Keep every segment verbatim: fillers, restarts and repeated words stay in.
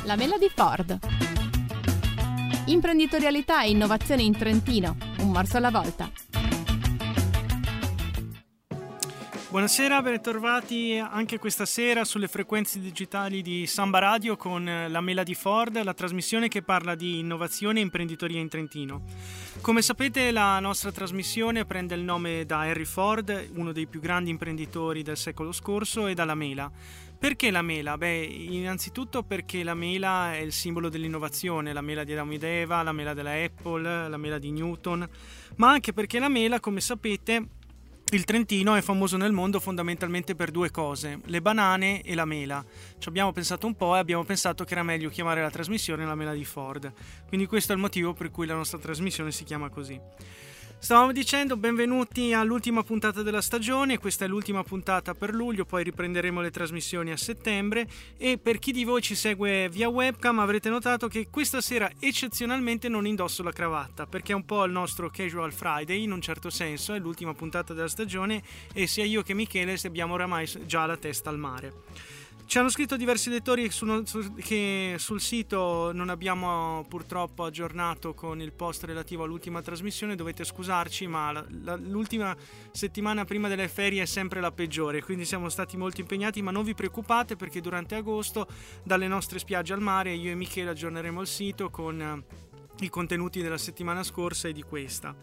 La mela di Ford. Imprenditorialità e innovazione in Trentino, un morso alla volta. Buonasera, ben trovati anche questa sera sulle frequenze digitali di Samba Radio con La Mela di Ford, la trasmissione che parla di innovazione e imprenditoria in Trentino. Come sapete, la nostra trasmissione prende il nome da Henry Ford, uno dei più grandi imprenditori del secolo scorso, e dalla mela. Perché la mela? Beh, innanzitutto perché la mela è il simbolo dell'innovazione, la mela di Adamo ed Eva, la mela della Apple, la mela di Newton, ma anche perché la mela, come sapete, il Trentino è famoso nel mondo fondamentalmente per due cose, le banane e la mela. Ci abbiamo pensato un po' e abbiamo pensato che era meglio chiamare la trasmissione La Mela di Ford. Quindi questo è il motivo per cui la nostra trasmissione si chiama così. Stavamo dicendo benvenuti all'ultima puntata della stagione, questa è l'ultima puntata per luglio, poi riprenderemo le trasmissioni a settembre e per chi di voi ci segue via webcam avrete notato che questa sera eccezionalmente non indosso la cravatta perché è un po' il nostro casual Friday in un certo senso, è l'ultima puntata della stagione e sia io che Michele abbiamo oramai già la testa al mare. Ci hanno scritto diversi lettori che sul sito non abbiamo purtroppo aggiornato con il post relativo all'ultima trasmissione, dovete scusarci, ma la, la, l'ultima settimana prima delle ferie è sempre la peggiore, quindi siamo stati molto impegnati, ma non vi preoccupate perché durante agosto dalle nostre spiagge al mare io e Michele aggiorneremo il sito con i contenuti della settimana scorsa e di questa.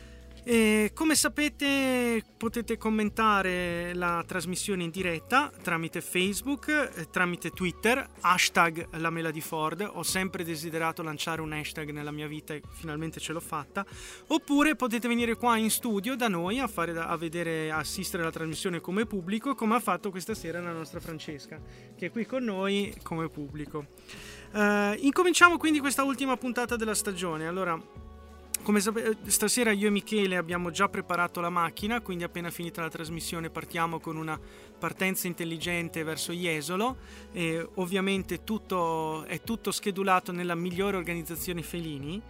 E come sapete potete commentare la trasmissione in diretta tramite Facebook, tramite Twitter, hashtag La Mela di Ford. Ho sempre desiderato lanciare un hashtag nella mia vita e finalmente ce l'ho fatta. Oppure potete venire qua in studio da noi a, fare, a vedere, a assistere alla trasmissione come pubblico, come ha fatto questa sera la nostra Francesca, che è qui con noi come pubblico. Uh, incominciamo quindi questa ultima puntata della stagione. Allora, come sapete, stasera io e Michele abbiamo già preparato la macchina, quindi appena finita la trasmissione partiamo con una partenza intelligente verso Jesolo e ovviamente tutto, è tutto schedulato nella migliore organizzazione Felini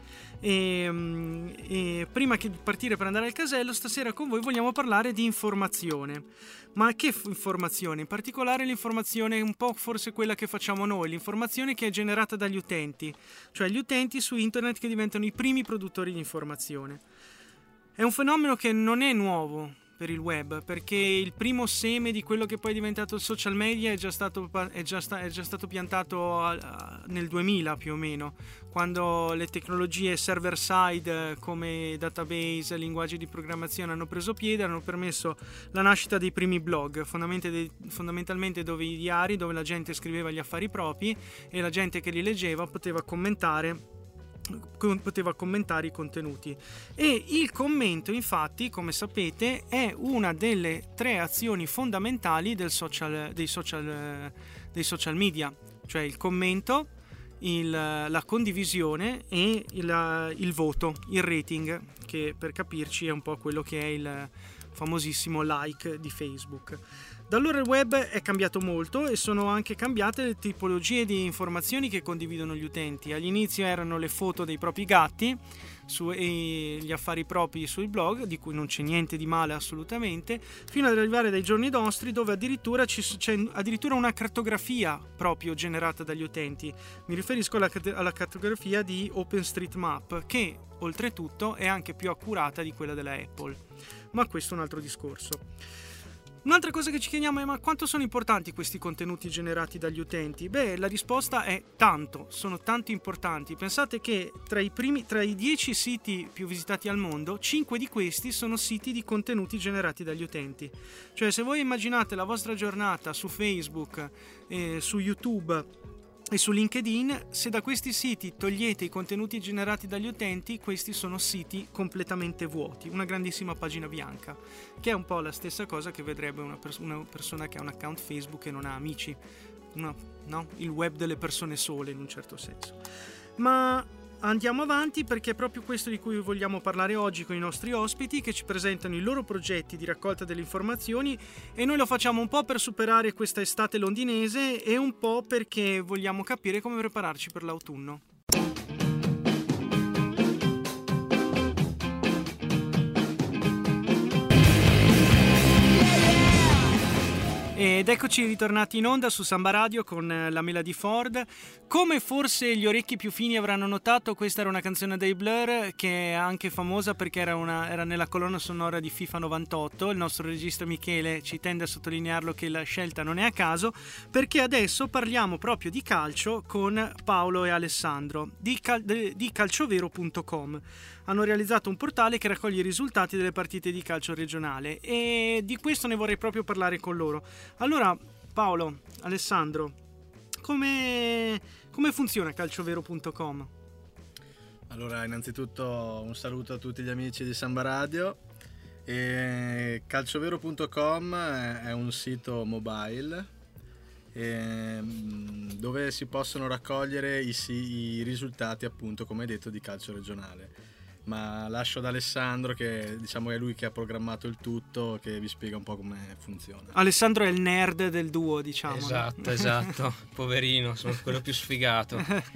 e, e prima che partire per andare al casello stasera con voi vogliamo parlare di informazione. Ma che f- informazione? In particolare l'informazione un po' forse quella che facciamo noi, l'informazione che è generata dagli utenti, cioè gli utenti su internet che diventano i primi produttori di informazione. È un fenomeno che non è nuovo per il web, perché il primo seme di quello che poi è diventato il social media è già stato, è già sta, è già stato piantato a, a, nel duemila più o meno, quando le tecnologie server-side come database, linguaggi di programmazione hanno preso piede, hanno permesso la nascita dei primi blog, fondamentalmente dove i diari, dove la gente scriveva gli affari propri e la gente che li leggeva poteva commentare poteva commentare i contenuti. E il commento, infatti, come sapete, è una delle tre azioni fondamentali del social, dei, social, dei social media, cioè il commento, il, la condivisione e il, il voto, il rating, che per capirci è un po' quello che è il famosissimo like di Facebook. Da allora il web è cambiato molto e sono anche cambiate le tipologie di informazioni che condividono gli utenti. All'inizio erano le foto dei propri gatti su, e gli affari propri sui blog, di cui non c'è niente di male assolutamente, fino ad arrivare dai giorni nostri dove addirittura ci, c'è addirittura una cartografia proprio generata dagli utenti. Mi riferisco alla, alla cartografia di OpenStreetMap, che oltretutto è anche più accurata di quella della Apple. Ma questo è un altro discorso. Un'altra cosa che ci chiediamo è: ma quanto sono importanti questi contenuti generati dagli utenti? Beh, la risposta è tanto, sono tanto importanti. Pensate che tra i primi, tra i dieci siti più visitati al mondo, cinque di questi sono siti di contenuti generati dagli utenti. Cioè, se voi immaginate la vostra giornata su Facebook, eh, su YouTube e su LinkedIn, se da questi siti togliete i contenuti generati dagli utenti, questi sono siti completamente vuoti, una grandissima pagina bianca, che è un po' la stessa cosa che vedrebbe una, pers- una persona che ha un account Facebook e non ha amici, una, no? Il web delle persone sole in un certo senso. Ma andiamo avanti, perché è proprio questo di cui vogliamo parlare oggi con i nostri ospiti, che ci presentano i loro progetti di raccolta delle informazioni, e noi lo facciamo un po' per superare questa estate londinese e un po' perché vogliamo capire come prepararci per l'autunno. Ed eccoci ritornati in onda su Samba Radio con la Mela di Ford. Come forse gli orecchi più fini avranno notato, questa era una canzone dei Blur che è anche famosa perché era, una, era nella colonna sonora di FIFA novantotto. Il nostro regista Michele ci tende a sottolinearlo che la scelta non è a caso, perché adesso parliamo proprio di calcio con Paolo e Alessandro di, cal- di calciovero punto com. Hanno realizzato un portale che raccoglie i risultati delle partite di calcio regionale e di questo ne vorrei proprio parlare con loro. Allora, Paolo, Alessandro, come, come funziona calciovero punto com? Allora, innanzitutto un saluto a tutti gli amici di Samba Radio. E calciovero punto com è un sito mobile e, dove si possono raccogliere i, i risultati, appunto, come hai detto, di calcio regionale. Ma lascio ad Alessandro, che diciamo è lui che ha programmato il tutto, che vi spiega un po' come funziona. Alessandro è il nerd del duo, diciamo. Esatto, no? esatto. Poverino, sono quello più sfigato.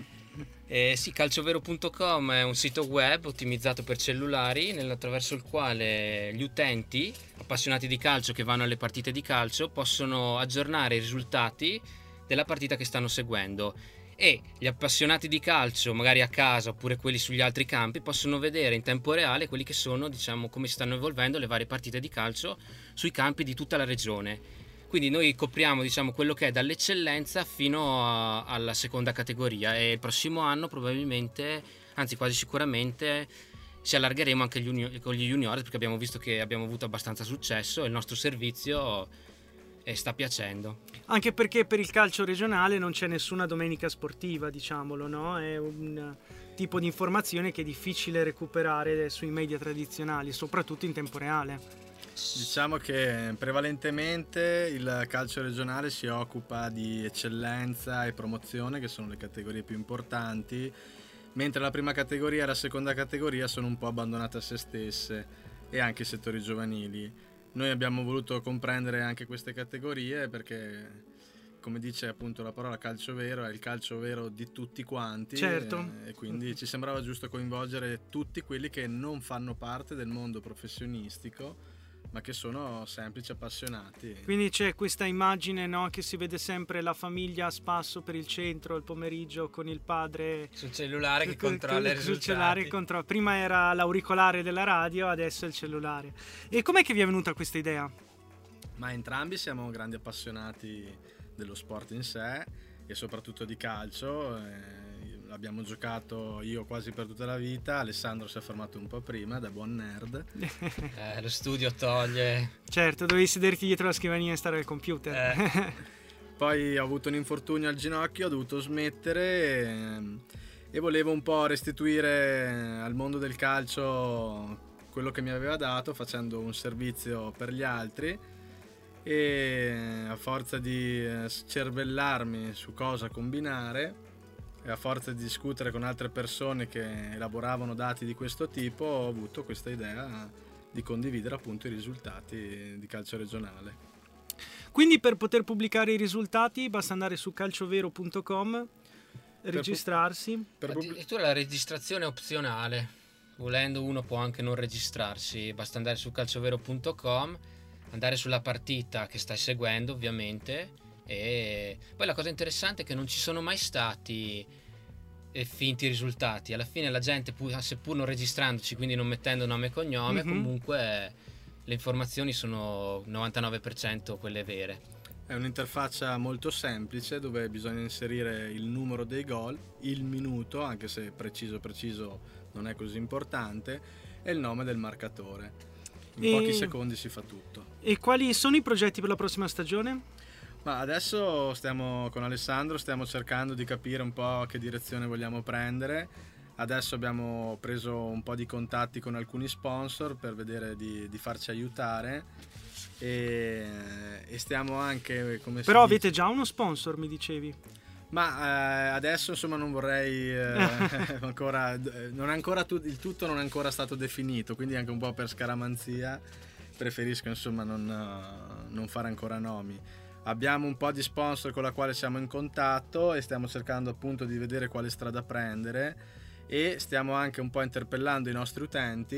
Eh, sì, calciovero punto com è un sito web ottimizzato per cellulari, attraverso il quale gli utenti appassionati di calcio che vanno alle partite di calcio possono aggiornare i risultati della partita che stanno seguendo. E gli appassionati di calcio, magari a casa oppure quelli sugli altri campi, possono vedere in tempo reale quelli che sono, diciamo, come si stanno evolvendo le varie partite di calcio sui campi di tutta la regione. Quindi noi copriamo, diciamo, quello che è dall'eccellenza fino a, alla seconda categoria, e il prossimo anno probabilmente, anzi quasi sicuramente, ci allargheremo anche gli uni- con gli juniores, perché abbiamo visto che abbiamo avuto abbastanza successo e il nostro servizio e sta piacendo. Anche perché per il calcio regionale non c'è nessuna domenica sportiva, diciamolo, no? È un tipo di informazione che è difficile recuperare sui media tradizionali, soprattutto in tempo reale. Diciamo che prevalentemente il calcio regionale si occupa di eccellenza e promozione, che sono le categorie più importanti, mentre la prima categoria e la seconda categoria sono un po' abbandonate a se stesse, e anche i settori giovanili. Noi abbiamo voluto comprendere anche queste categorie perché, come dice appunto la parola calcio vero, è il calcio vero di tutti quanti. Certo. E, e quindi ci sembrava giusto coinvolgere tutti quelli che non fanno parte del mondo professionistico, ma che sono semplici appassionati. Quindi c'è questa immagine, no, che si vede sempre la famiglia a spasso per il centro il pomeriggio con il padre Sul cellulare che con- controlla con- i sul risultati. cellulare contro- prima era l'auricolare della radio, adesso è il cellulare. E com'è che vi è venuta questa idea? Ma entrambi siamo grandi appassionati dello sport in sé e soprattutto di calcio. Eh, abbiamo giocato io quasi per tutta la vita, Alessandro si è fermato un po' prima da buon nerd. Eh, lo studio toglie. Certo, dovevi sederti dietro la scrivania e stare al computer. Eh. Poi ho avuto un infortunio al ginocchio, ho dovuto smettere e, e volevo un po' restituire al mondo del calcio quello che mi aveva dato, facendo un servizio per gli altri, e a forza di scervellarmi su cosa combinare e a forza di discutere con altre persone che elaboravano dati di questo tipo, ho avuto questa idea di condividere appunto i risultati di calcio regionale. Quindi per poter pubblicare i risultati basta andare su calciovero punto com, registrarsi. Per pubblic- Addirittura la registrazione è opzionale, volendo uno può anche non registrarsi, basta andare su calciovero punto com, andare sulla partita che stai seguendo ovviamente, e poi la cosa interessante è che non ci sono mai stati eh, finti risultati. Alla fine la gente, pur, seppur non registrandoci, quindi non mettendo nome e cognome, Mhm. comunque le informazioni sono novantanove per cento quelle vere. È un'interfaccia molto semplice dove bisogna inserire il numero dei gol, il minuto, anche se preciso preciso non è così importante, e il nome del marcatore. In E- pochi secondi si fa tutto. E quali sono i progetti per la prossima stagione? Ma adesso stiamo con Alessandro, stiamo cercando di capire un po' che direzione vogliamo prendere. Adesso abbiamo preso un po' di contatti con alcuni sponsor per vedere di, di farci aiutare, e, e stiamo anche, come si Però dice- avete già uno sponsor, mi dicevi. Ma eh, adesso insomma non vorrei eh, ancora, non è ancora tu, il tutto non è ancora stato definito, quindi anche un po' per scaramanzia preferisco insomma non, uh, non fare ancora nomi. Abbiamo un po' di sponsor con la quale siamo in contatto e stiamo cercando appunto di vedere quale strada prendere, e stiamo anche un po' interpellando i nostri utenti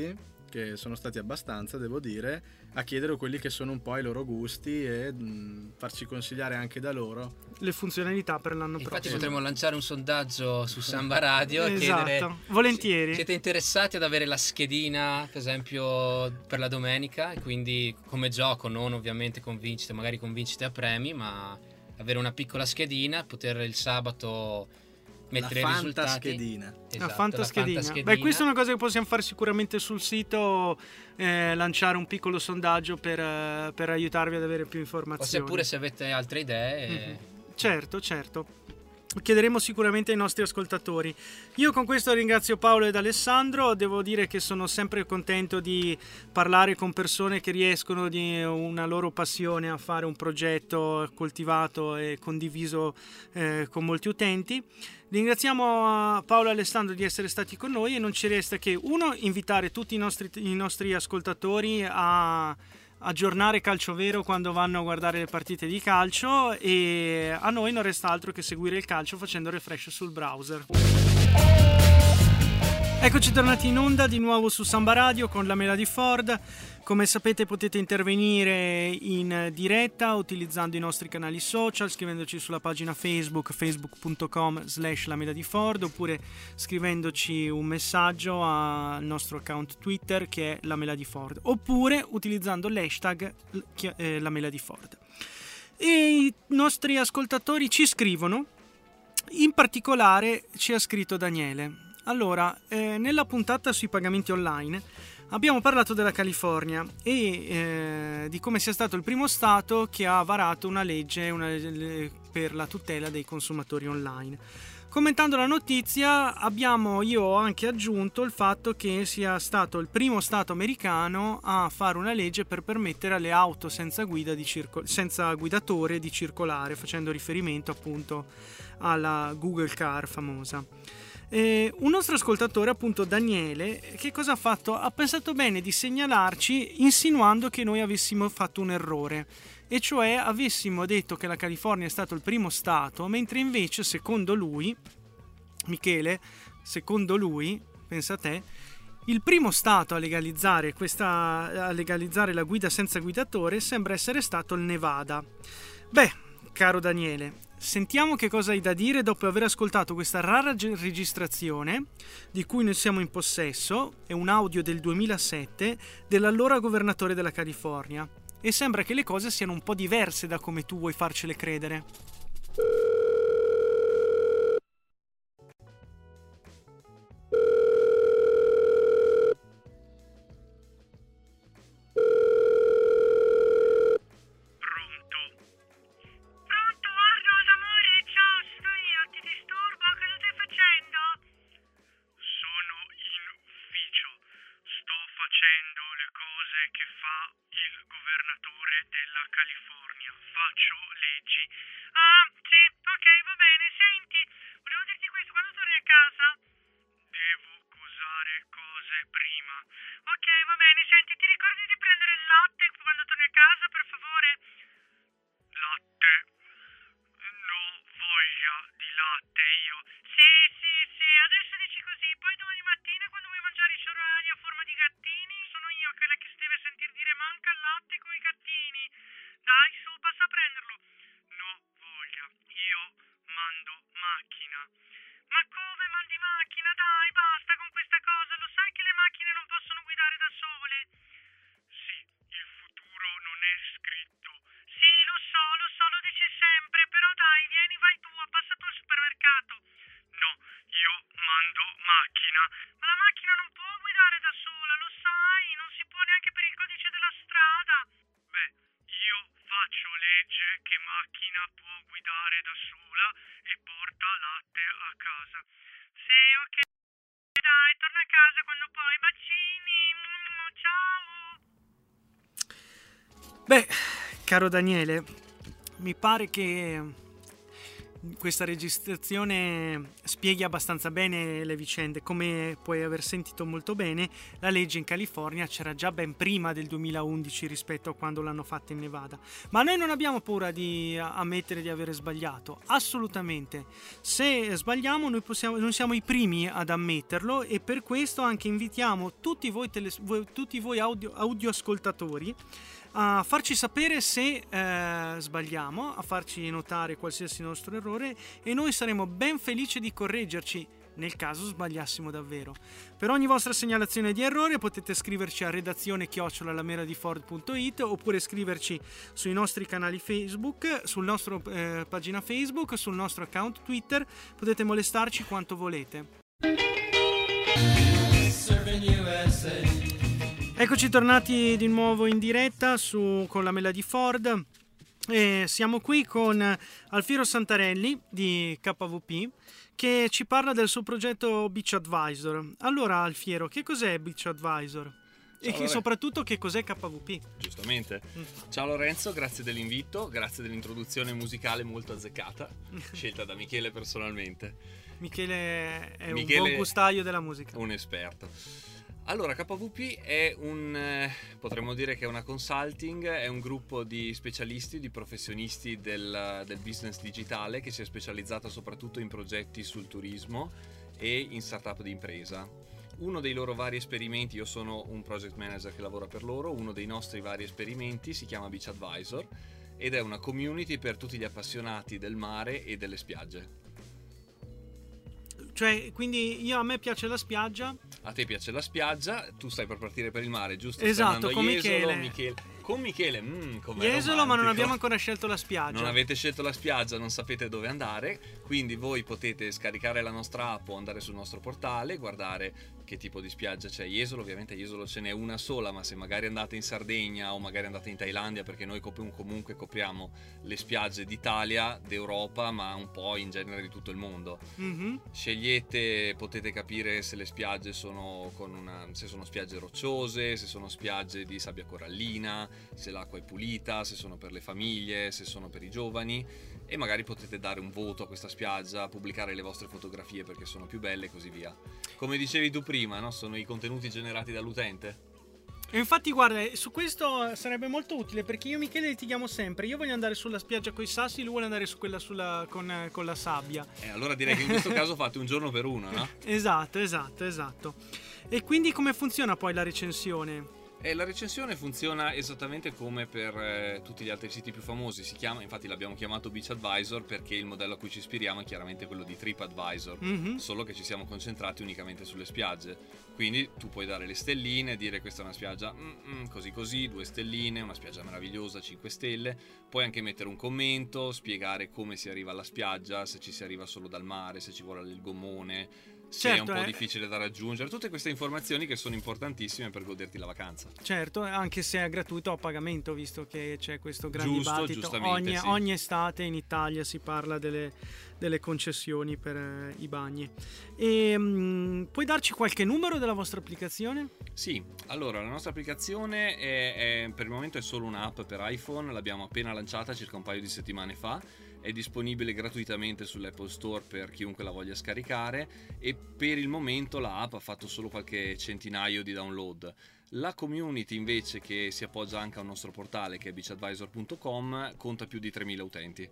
che sono stati abbastanza, devo dire, a chiedere quelli che sono un po' i loro gusti e mh, farci consigliare anche da loro le funzionalità per l'anno Infatti prossimo. potremmo lanciare un sondaggio su Samba Radio e Esatto, chiedere, volentieri. siete interessati ad avere la schedina per esempio per la domenica, e quindi come gioco, non ovviamente con vincite, magari con vincite a premi, ma avere una piccola schedina, poter il sabato mettere la i risultati. fantaschedina. Esatto, la fantaschedina. fantaschedina. Beh, questa è una cosa che possiamo fare sicuramente sul sito, eh, lanciare un piccolo sondaggio per, eh, per aiutarvi ad avere più O informazioni. seppure se avete altre idee. Mm-hmm. Certo, certo. Chiederemo sicuramente ai nostri ascoltatori. Io con questo ringrazio Paolo ed Alessandro. Devo dire che sono sempre contento di parlare con persone che riescono di una loro passione a fare un progetto coltivato e condiviso eh, con molti utenti. Ringraziamo a Paolo e Alessandro di essere stati con noi e non ci resta che uno, invitare tutti i nostri, i nostri ascoltatori a aggiornare Calcio Vero quando vanno a guardare le partite di calcio, e a noi non resta altro che seguire il calcio facendo refresh sul browser. Eccoci tornati in onda di nuovo su Samba Radio con la Mela di Ford. Come sapete potete intervenire in diretta utilizzando i nostri canali social, scrivendoci sulla pagina Facebook facebook punto com slash la Mela di Ford, oppure scrivendoci un messaggio al nostro account Twitter che è la Mela di Ford, oppure utilizzando l'hashtag eh, la Mela di Ford. E i nostri ascoltatori ci scrivono, in particolare ci ha scritto Daniele. Allora, eh, nella puntata sui pagamenti online abbiamo parlato della California e eh, di come sia stato il primo stato che ha varato una legge, una legge per la tutela dei consumatori online. Commentando la notizia abbiamo io ho anche aggiunto il fatto che sia stato il primo stato americano a fare una legge per permettere alle auto senza guida di circo- senza guidatore di circolare, facendo riferimento appunto alla Google Car famosa. Eh, un nostro ascoltatore, appunto Daniele, che cosa ha fatto? Ha pensato bene di segnalarci insinuando che noi avessimo fatto un errore, e cioè avessimo detto che la California è stato il primo stato, mentre invece secondo lui, Michele, secondo lui, pensa a te, il primo stato a legalizzare questa a legalizzare la guida senza guidatore sembra essere stato il Nevada. Beh, caro Daniele, sentiamo che cosa hai da dire dopo aver ascoltato questa rara registrazione di cui noi siamo in possesso. È un audio del duemilasette dell'allora governatore della California e sembra che le cose siano un po' diverse da come tu vuoi farcele credere. Beh, caro Daniele, mi pare che questa registrazione spieghi abbastanza bene le vicende. Come puoi aver sentito molto bene, la legge in California c'era già ben prima del duemilaundici rispetto a quando l'hanno fatta in Nevada. Ma noi non abbiamo paura di ammettere di avere sbagliato, assolutamente. Se sbagliamo noi, possiamo, noi siamo i primi ad ammetterlo, e per questo anche invitiamo tutti voi, tele, tutti voi audio, audioascoltatori a farci sapere se eh, sbagliamo, a farci notare qualsiasi nostro errore, e noi saremo ben felici di correggerci nel caso sbagliassimo davvero. Per ogni vostra segnalazione di errore potete scriverci a redazione chiocciola lameladiford punto it, oppure scriverci sui nostri canali Facebook, sul nostro eh, pagina Facebook, sul nostro account Twitter. Potete molestarci quanto volete. Eccoci tornati di nuovo in diretta su, con la Mela di Ford. E siamo qui con Alfiero Santarelli di K V P, che ci parla del suo progetto Beach Advisor. Allora Alfiero, che cos'è Beach Advisor? Ciao, e che, soprattutto che cos'è K V P? Giustamente. Mm. Ciao Lorenzo, grazie dell'invito, grazie dell'introduzione musicale molto azzeccata, scelta da Michele personalmente. Michele è Michele un buon gustaio della musica. Un esperto. Allora, K V P è un, eh, potremmo dire che è una consulting, è un gruppo di specialisti, di professionisti del, del business digitale, che si è specializzata soprattutto in progetti sul turismo e in startup di impresa. Uno dei loro vari esperimenti, io sono un project manager che lavora per loro, uno dei nostri vari esperimenti si chiama Beach Advisor ed è una community per tutti gli appassionati del mare e delle spiagge. Cioè, quindi io, a me piace la spiaggia. A te piace la spiaggia, tu stai per partire per il mare, giusto? Esatto, stai con Jesolo, Michele. Michele. Con Michele, mm, com'è Jesolo, romantico. ma non abbiamo ancora scelto la spiaggia. Non avete scelto la spiaggia, non sapete dove andare, quindi voi potete scaricare la nostra app o andare sul nostro portale, guardare che tipo di spiaggia c'è a Jesolo. Ovviamente a Jesolo ce n'è una sola, ma se magari andate in Sardegna o magari andate in Thailandia, perché noi comunque copriamo le spiagge d'Italia, d'Europa, ma un po' in genere di tutto il mondo. Mm-hmm. Scegliete, potete capire se le spiagge sono con una, se sono spiagge rocciose, se sono spiagge di sabbia corallina, se l'acqua è pulita, se sono per le famiglie, se sono per i giovani, e magari potete dare un voto a questa spiaggia, pubblicare le vostre fotografie perché sono più belle e così via. Come dicevi tu prima, no? Sono i contenuti generati dall'utente. E infatti guarda, su questo sarebbe molto utile, perché io e Michele litighiamo sempre. Io voglio andare sulla spiaggia con i sassi, lui vuole andare su quella sulla, con, con la sabbia. Eh, allora direi che in questo caso fate un giorno per uno, no? Esatto, esatto, esatto. E quindi come funziona poi la recensione? E la recensione funziona esattamente come per eh, tutti gli altri siti più famosi. Si chiama, infatti l'abbiamo chiamato Beach Advisor perché il modello a cui ci ispiriamo è chiaramente quello di TripAdvisor, mm-hmm. solo che ci siamo concentrati unicamente sulle spiagge. Quindi tu puoi dare le stelline, dire questa è una spiaggia mm, mm, così così, due stelline, una spiaggia meravigliosa, cinque stelle. Puoi anche mettere un commento, spiegare come si arriva alla spiaggia, se ci si arriva solo dal mare, se ci vuole il gommone, se certo, è un po' eh. difficile da raggiungere. Tutte queste informazioni che sono importantissime per goderti la vacanza. Certo, anche se è gratuito o a pagamento, visto che c'è questo gran Giusto, dibattito. Ogni, sì. ogni estate in Italia si parla delle, delle concessioni per eh, i bagni. E, mh, puoi darci qualche numero della vostra applicazione? Sì, allora la nostra applicazione è, è, per il momento è solo un'app per iPhone, l'abbiamo appena lanciata circa un paio di settimane fa. È disponibile gratuitamente sull'Apple Store per chiunque la voglia scaricare, e per il momento la app ha fatto solo qualche centinaio di download. La community invece, che si appoggia anche al nostro portale che è beach advisor punto com, conta più di tremila utenti.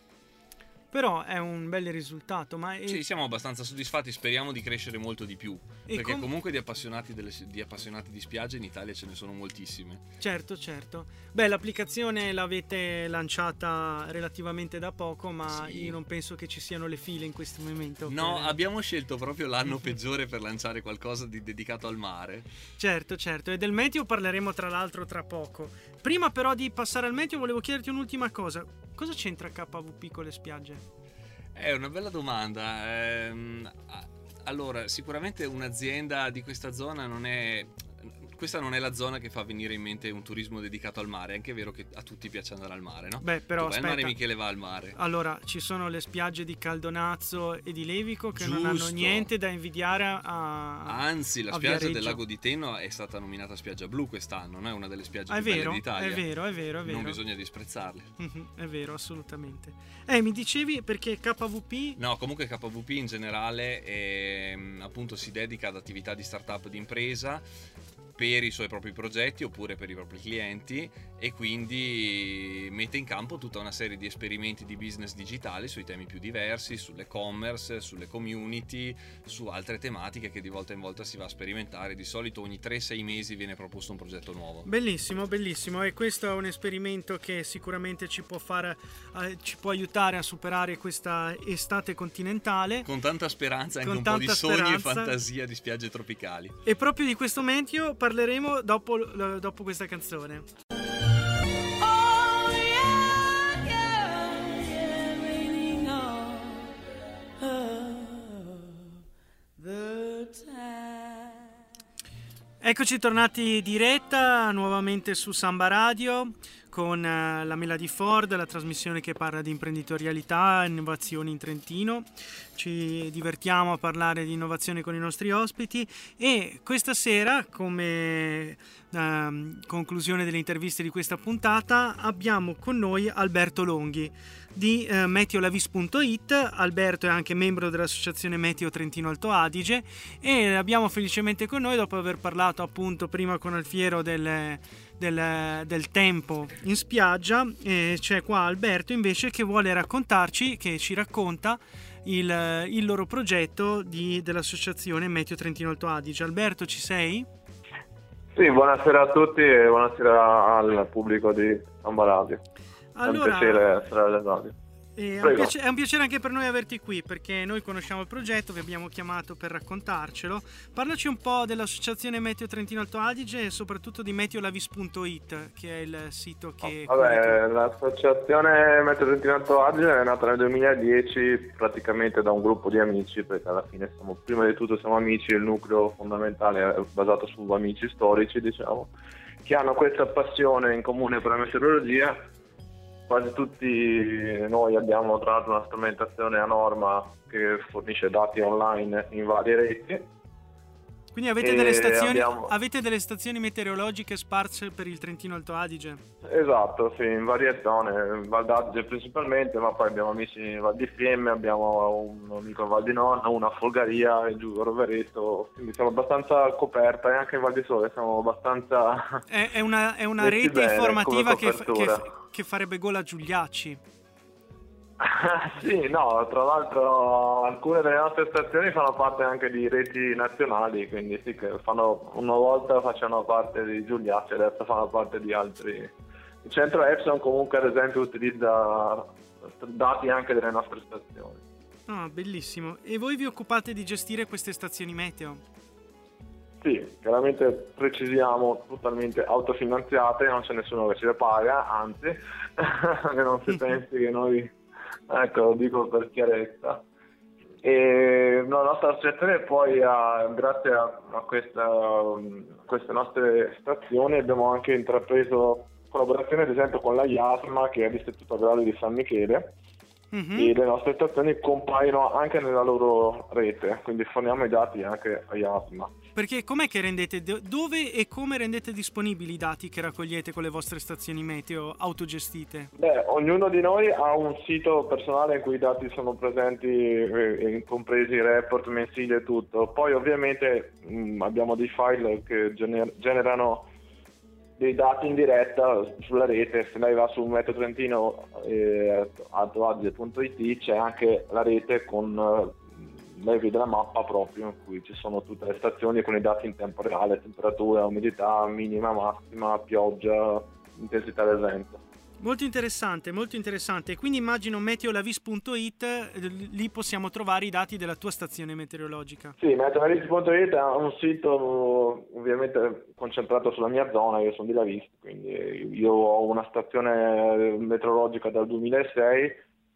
Però è un bel risultato, ma è... Sì, siamo abbastanza soddisfatti, speriamo di crescere molto di più, e perché com... comunque di appassionati, delle, di appassionati di spiagge in Italia ce ne sono moltissime. Certo, certo. Beh, l'applicazione l'avete lanciata relativamente da poco, ma sì. Io non penso che ci siano le file in questo momento. No, per... abbiamo scelto proprio l'anno peggiore per lanciare qualcosa di dedicato al mare. Certo, certo, e del meteo parleremo tra l'altro tra poco. Prima però di passare al meteo volevo chiederti un'ultima cosa. Cosa c'entra K V P con le spiagge? È una bella domanda. Ehm, allora, sicuramente un'azienda di questa zona non è... questa non è la zona che fa venire in mente un turismo dedicato al mare. È anche vero che a tutti piace andare al mare, no? Beh, però Dov'è il aspetta. mare? Michele va al mare. Allora, ci sono le spiagge di Caldonazzo e di Levico che non hanno Giusto. niente da invidiare a Anzi, la a spiaggia Viareggio. del lago di Teno è stata nominata spiaggia blu quest'anno, non è una delle spiagge Ah, è più belle vero, d'Italia. è vero, è vero, è vero. Non bisogna disprezzarle. Mhm, è vero, assolutamente. Eh, mi dicevi perché K V P? No, comunque K V P in generale ehm, appunto si dedica ad attività di startup di impresa per i suoi propri progetti oppure per i propri clienti, e quindi mette in campo tutta una serie di esperimenti di business digitali sui temi più diversi, sull'e-commerce, sulle community, su altre tematiche che di volta in volta si va a sperimentare. Di solito ogni tre sei mesi viene proposto un progetto nuovo. Bellissimo, bellissimo, e questo è un esperimento che sicuramente ci può fare, eh, ci può aiutare a superare questa estate continentale. Con tanta speranza, anche Con un po' di tanta sogni speranza. e fantasia di spiagge tropicali. E proprio di questo meteo parleremo dopo, dopo questa canzone. Oh, yeah, yeah, yeah, raining on the time. Eccoci tornati in diretta nuovamente su Samba Radio con eh, la Mela di Ford, la trasmissione che parla di imprenditorialità e innovazioni in Trentino. Ci divertiamo a parlare di innovazione con i nostri ospiti, e questa sera, come ehm, conclusione delle interviste di questa puntata, abbiamo con noi Alberto Longhi di eh, meteolavis punto it. Alberto è anche membro dell'associazione Meteo Trentino Alto Adige, e l'abbiamo felicemente con noi dopo aver parlato appunto prima con Alfiero del, del, del tempo in spiaggia. E c'è qua Alberto invece che vuole raccontarci, che ci racconta il, il loro progetto di, dell'associazione Meteo Trentino Alto Adige. Alberto, ci sei? Sì, buonasera a tutti e buonasera al pubblico di Samba Radio. Allora, è un piacere essere alla radio. Eh, è, un Prego. piacere, è un piacere anche per noi averti qui, perché noi conosciamo il progetto, vi abbiamo chiamato per raccontarcelo. Parlaci un po' dell'associazione Meteo Trentino Alto Adige e soprattutto di meteolavis punto it, che è il sito che... Vabbè, l'associazione Meteo Trentino Alto Adige è nata nel duemiladieci praticamente da un gruppo di amici, perché alla fine siamo, prima di tutto siamo amici, il nucleo fondamentale è basato su amici storici, diciamo, che hanno questa passione in comune per la meteorologia. Quasi tutti noi abbiamo tra l'altro una strumentazione a norma che fornisce dati online in varie reti. Quindi avete E delle stazioni, abbiamo- avete delle stazioni meteorologiche sparse per il Trentino Alto Adige? Esatto, sì, in varie zone, Val d'Adige principalmente, ma poi abbiamo amici in Val di Fiemme, abbiamo un amico in Val di Nonna, una a Folgaria e giù a Rovereto, quindi siamo abbastanza coperta, e anche in Val di Sole siamo abbastanza... È, è una, è una Metti rete bene informativa come che, fa- che, copertura. che farebbe gola a Giuliacci. Sì, no, tra l'altro alcune delle nostre stazioni fanno parte anche di reti nazionali, quindi sì, che fanno, una volta facevano parte di Giuliacci, adesso fanno parte di altri. Il centro Epson comunque ad esempio utilizza dati anche delle nostre stazioni. Ah, bellissimo. E voi vi occupate di gestire queste stazioni meteo? Sì, chiaramente precisiamo totalmente autofinanziate, non c'è nessuno che ce le paga, anzi, che non si pensi che noi, ecco, lo dico per chiarezza. E la nostra associazione poi, ha, grazie a, a, questa, a queste nostre stazioni, abbiamo anche intrapreso collaborazione ad esempio con la I A S M A, che è l'Istituto Agrario di San Michele, Mhm. e le nostre stazioni compaiono anche nella loro rete, quindi forniamo i dati anche a I A S M A. Perché com'è che rendete, do- dove e come rendete disponibili i dati che raccogliete con le vostre stazioni meteo autogestite? Beh, ognuno di noi ha un sito personale in cui i dati sono presenti, eh, compresi i report mensili e tutto. Poi ovviamente mh, abbiamo dei file che gener- generano dei dati in diretta sulla rete. Se lei va su Meteo Trentino eh, alto adige punto it c'è anche la rete con... Eh, lei vede la mappa proprio in cui ci sono tutte le stazioni con i dati in tempo reale, temperatura, umidità, minima, massima, pioggia, intensità del vento. Molto interessante, molto interessante. Quindi immagino meteolavis punto it, eh, lì possiamo trovare i dati della tua stazione meteorologica. Sì, meteolavis punto it è un sito ovviamente concentrato sulla mia zona, io sono di Lavis, quindi io ho una stazione meteorologica dal duemilasei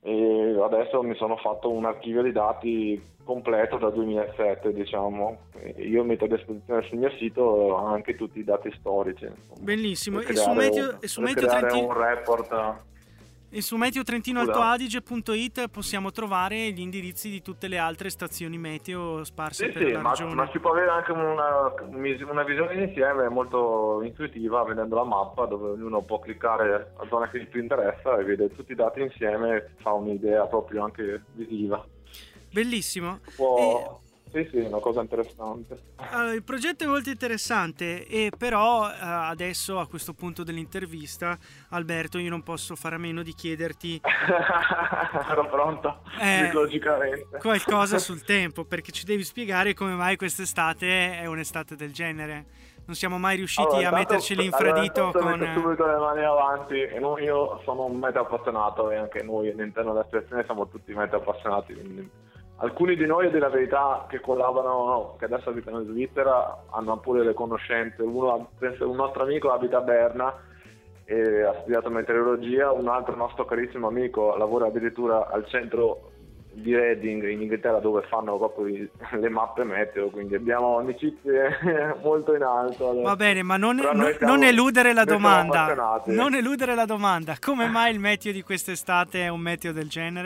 e adesso mi sono fatto un archivio di dati completo da duemilasette, diciamo. E io metto a disposizione sul mio sito anche tutti i dati storici, insomma, Bellissimo. per E su creare Meteo, un- e su per Meteo creare Trentino, un report. e su meteo trentino Scusa? alto adige punto it possiamo trovare gli indirizzi di tutte le altre stazioni meteo sparse Sì, per sì, la ma, regione. ma si può avere anche una, una visione insieme molto intuitiva, vedendo la mappa dove ognuno può cliccare la zona che più interessa e vede tutti i dati insieme e fa un'idea proprio anche visiva. Bellissimo. Può... Sì, sì, è una cosa interessante. Allora, il progetto è molto interessante, e però eh, adesso a questo punto dell'intervista, Alberto, io non posso fare a meno di chiederti Ero pronto, Eh, psicologicamente. qualcosa sul tempo, perché ci devi spiegare come mai quest'estate è un'estate del genere. Non siamo mai riusciti Allora, a intanto- metterci allora, l'infradito intanto con... metto subito le mani avanti, e non- io sono un meta appassionato e anche noi all'interno dell'associazione siamo tutti meta appassionati, quindi alcuni di noi, a dire la verità, che collaborano, che adesso abitano in Svizzera, hanno pure le conoscenze. Uno, penso, un nostro amico abita a Berna e ha studiato meteorologia, un altro nostro carissimo amico lavora addirittura al centro di Reading in Inghilterra, dove fanno proprio i- le mappe meteo, quindi abbiamo amicizie molto in alto adesso. Va bene, ma non, Però non- noi siamo- non eludere la noi siamo domanda. appassionati. Non eludere la domanda. Come mai il meteo di quest'estate è un meteo del genere?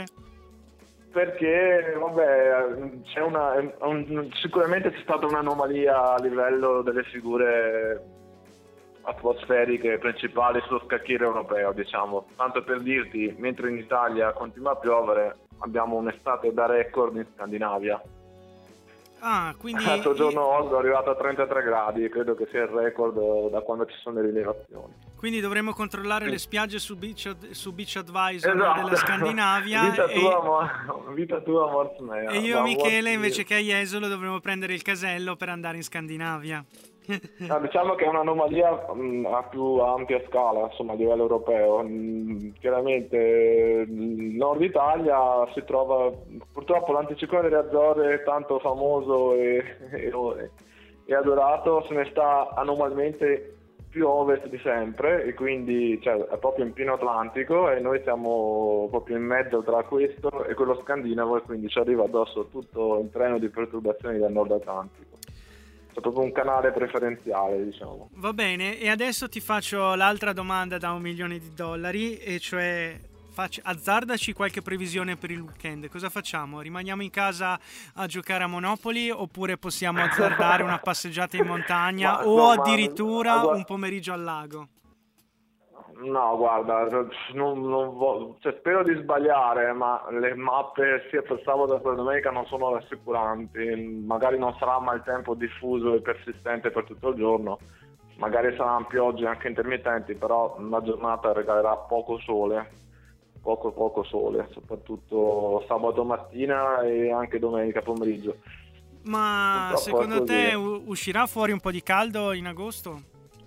Perché, vabbè, c'è una, un- sicuramente c'è stata un'anomalia a livello delle figure atmosferiche principali sullo scacchiere europeo, diciamo. Tanto per dirti, mentre in Italia continua a piovere, abbiamo un'estate da record in Scandinavia. Ah, quindi... L'altro giorno Oslo è arrivato a trentatré gradi e credo che sia il record eh, da quando ci sono le rilevazioni. Quindi dovremmo controllare Sì. le spiagge su Beach, Ad- su Beach Advisor Esatto. della Scandinavia Vita e, tua, mo- vita tua, morte mea. e io Da e Michele morte- invece che a Jesolo dovremmo prendere il casello per andare in Scandinavia. No, diciamo che è un'anomalia mh, a più ampia scala, insomma, a livello europeo. Mh, chiaramente il Nord Italia si trova, purtroppo l'anticiclone delle Azzorre, tanto famoso e, e, e adorato, se ne sta anomalmente più a ovest di sempre, e quindi cioè, è proprio in pieno Atlantico, e noi siamo proprio in mezzo tra questo e quello scandinavo, e quindi ci arriva addosso tutto il treno di perturbazioni del Nord Atlantico. È proprio un canale preferenziale, diciamo. Va bene, e adesso ti faccio l'altra domanda da un milione di dollari, e cioè facci- azzardaci qualche previsione per il weekend. Cosa facciamo? Rimaniamo in casa a giocare a Monopoli, oppure possiamo azzardare una passeggiata in montagna Ma, o no, ma- addirittura ma guarda- un pomeriggio al lago? No, guarda, non, non vo- cioè, spero di sbagliare, ma le mappe sia per sabato che per domenica non sono rassicuranti. Magari non sarà mai il tempo diffuso e persistente per tutto il giorno, magari saranno piogge anche intermittenti, però la giornata regalerà poco sole, poco poco sole, soprattutto sabato mattina e anche domenica pomeriggio. Ma Purtroppo secondo è così. te u- uscirà fuori un po' di caldo in agosto?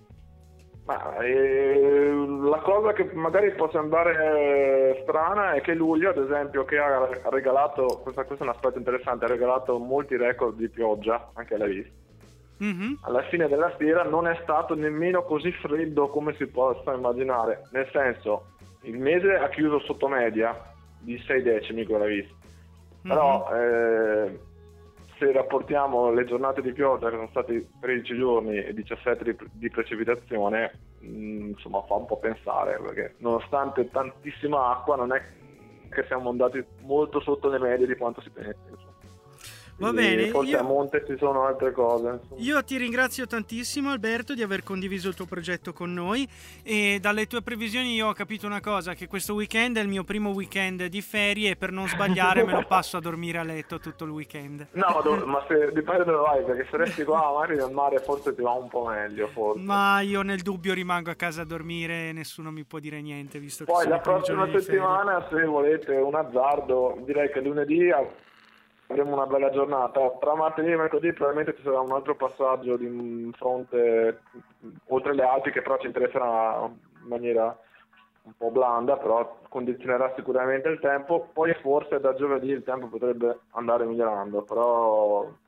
Ma, eh, la cosa che magari può sembrare eh, strana è che luglio, ad esempio, che ha regalato, questa, questo è un aspetto interessante, ha regalato molti record di pioggia, anche alla vista. Mhm. Alla fine della fiera non è stato nemmeno così freddo come si possa immaginare, nel senso, il mese ha chiuso sotto media di sei decimi con la vista, però eh, se rapportiamo le giornate di pioggia, che sono stati tredici giorni e diciassette di, di precipitazione, mh, insomma fa un po' pensare, perché nonostante tantissima acqua non è che siamo andati molto sotto le medie di quanto si pensa, insomma. Va Quindi bene, forse io- a monte ci sono altre cose, insomma. Io ti ringrazio tantissimo, Alberto, di aver condiviso il tuo progetto con noi, e dalle tue previsioni io ho capito una cosa, che questo weekend è il mio primo weekend di ferie, e per non sbagliare me lo passo a dormire a letto tutto il weekend. No, do- ma se dipende dove vai, perché se resti qua magari nel mare forse ti va un po' meglio, forse. Ma io nel dubbio rimango a casa a dormire e nessuno mi può dire niente, visto che Poi sono la i primi prossima giorni di ferie. settimana, se volete un azzardo, direi che lunedì avremo una bella giornata. Tra martedì e mercoledì probabilmente ci sarà un altro passaggio di fronte oltre le Alpi, che però ci interesserà in maniera un po' blanda, però condizionerà sicuramente il tempo. Poi forse da giovedì il tempo potrebbe andare migliorando, però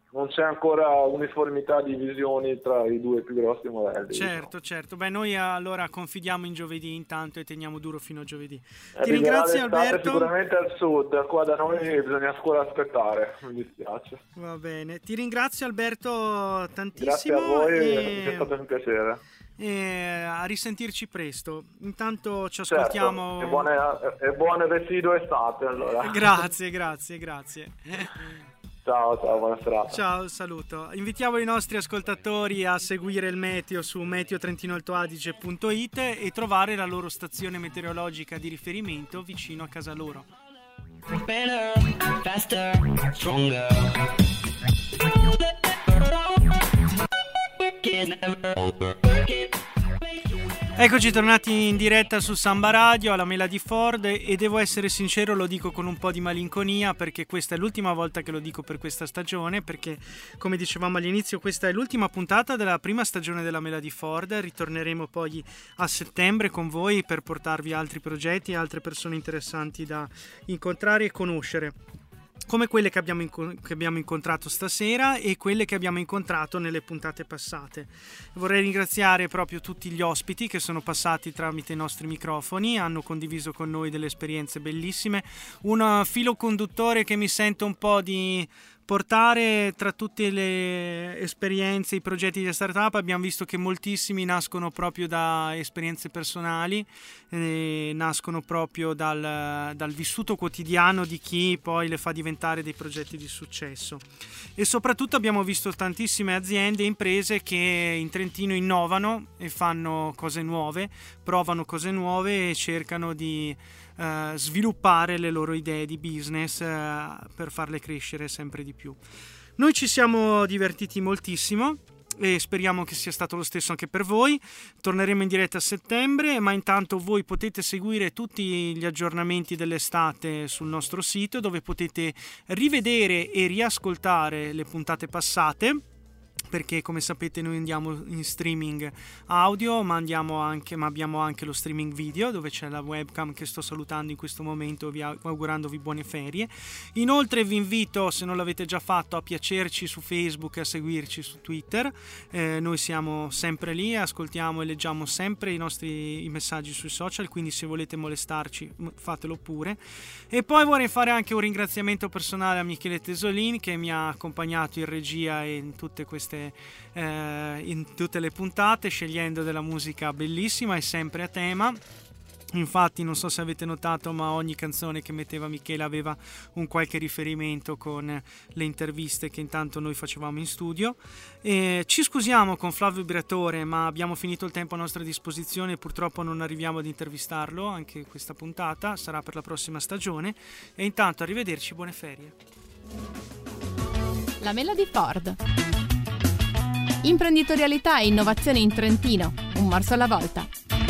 non c'è ancora uniformità di visioni tra i due più grossi modelli. Certo, certo. Beh, noi allora confidiamo in giovedì intanto e teniamo duro fino a giovedì. Eh, Ti ringrazio Alberto. Sicuramente al sud, qua da noi bisogna ancora aspettare, mi dispiace. Va bene, ti ringrazio Alberto tantissimo. Grazie a voi, e... è stato un piacere. E a risentirci presto. Intanto ci ascoltiamo. Certo. E buone, e buone residue estate allora. Grazie, grazie, grazie. Ciao, ciao, buona serata. Ciao, saluto. Invitiamo i nostri ascoltatori a seguire il meteo su meteo trentino alto adige punto it e trovare la loro stazione meteorologica di riferimento vicino a casa loro. Better, faster, stronger. Eccoci tornati in diretta su Samba Radio alla Mela di Ford e devo essere sincero, lo dico con un po' di malinconia perché questa è l'ultima volta che lo dico per questa stagione, perché come dicevamo all'inizio questa è l'ultima puntata della prima stagione della Mela di Ford. Ritorneremo poi a settembre con voi per portarvi altri progetti e altre persone interessanti da incontrare e conoscere, come quelle che abbiamo, inco- che abbiamo incontrato stasera e quelle che abbiamo incontrato nelle puntate passate. Vorrei ringraziare proprio tutti gli ospiti che sono passati tramite i nostri microfoni, hanno condiviso con noi delle esperienze bellissime, un filo conduttore che mi sento un po' di portare tra tutte le esperienze, i progetti di startup. Abbiamo visto che moltissimi nascono proprio da esperienze personali, eh, nascono proprio dal, dal vissuto quotidiano di chi poi le fa diventare dei progetti di successo. E soprattutto abbiamo visto tantissime aziende e imprese che in Trentino innovano e fanno cose nuove, provano cose nuove e cercano di Uh, sviluppare le loro idee di business uh, per farle crescere sempre di più. Noi ci siamo divertiti moltissimo e speriamo che sia stato lo stesso anche per voi. Torneremo in diretta a settembre, ma intanto voi potete seguire tutti gli aggiornamenti dell'estate sul nostro sito, dove potete rivedere e riascoltare le puntate passate, perché come sapete noi andiamo in streaming audio, ma andiamo anche ma abbiamo anche lo streaming video, dove c'è la webcam che sto salutando in questo momento, vi augurandovi buone ferie. Inoltre vi invito, se non l'avete già fatto, a piacerci su Facebook e a seguirci su Twitter. Eh, noi siamo sempre lì, ascoltiamo e leggiamo sempre i nostri i messaggi sui social, quindi se volete molestarci fatelo pure. E poi vorrei fare anche un ringraziamento personale a Michele Tesolin, che mi ha accompagnato in regia e in tutte queste eh, in tutte le puntate, scegliendo della musica bellissima e sempre a tema. Infatti non so se avete notato, ma ogni canzone che metteva Michele aveva un qualche riferimento con le interviste che intanto noi facevamo in studio. E ci scusiamo con Flavio Briatore, ma abbiamo finito il tempo a nostra disposizione e purtroppo non arriviamo ad intervistarlo anche questa puntata, sarà per la prossima stagione. E intanto arrivederci, buone ferie. La Mela di Ford. Imprenditorialità e innovazione in Trentino, un morso alla volta.